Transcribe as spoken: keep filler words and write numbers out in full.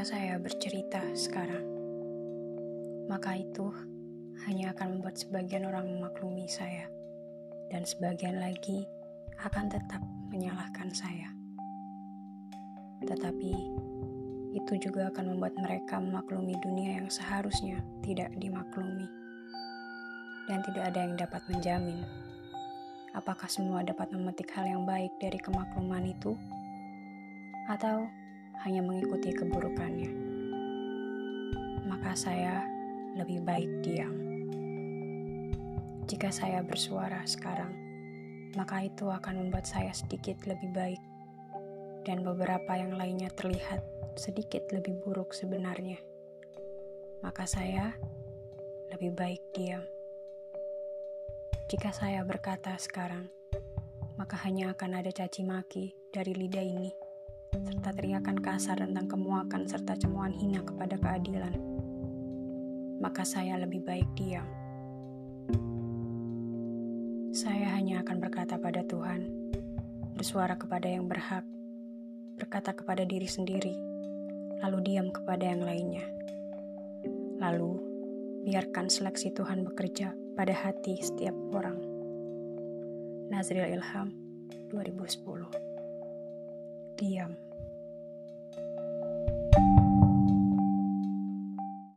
Jika saya bercerita sekarang, maka itu hanya akan membuat sebagian orang memaklumi saya, dan sebagian lagi akan tetap menyalahkan saya. Tetapi itu juga akan membuat mereka memaklumi dunia yang seharusnya tidak dimaklumi. Dan tidak ada yang dapat menjamin apakah semua dapat memetik hal yang baik dari kemakluman itu, atau hanya mengikuti keburukannya. Maka saya lebih baik diam. Jika saya bersuara sekarang, maka itu akan membuat saya sedikit lebih baik, dan beberapa yang lainnya terlihat sedikit lebih buruk sebenarnya. Maka saya lebih baik diam. Jika saya berkata sekarang, maka hanya akan ada caci maki dari lidah ini, serta teriakan kasar tentang kemuakan serta cemoohan hina kepada keadilan. Maka saya lebih baik diam. Saya hanya akan berkata pada Tuhan, bersuara kepada yang berhak, berkata kepada diri sendiri, lalu diam kepada yang lainnya. Lalu, biarkan seleksi Tuhan bekerja pada hati setiap orang. Nazril Ilham, dua ribu sepuluh. Diam.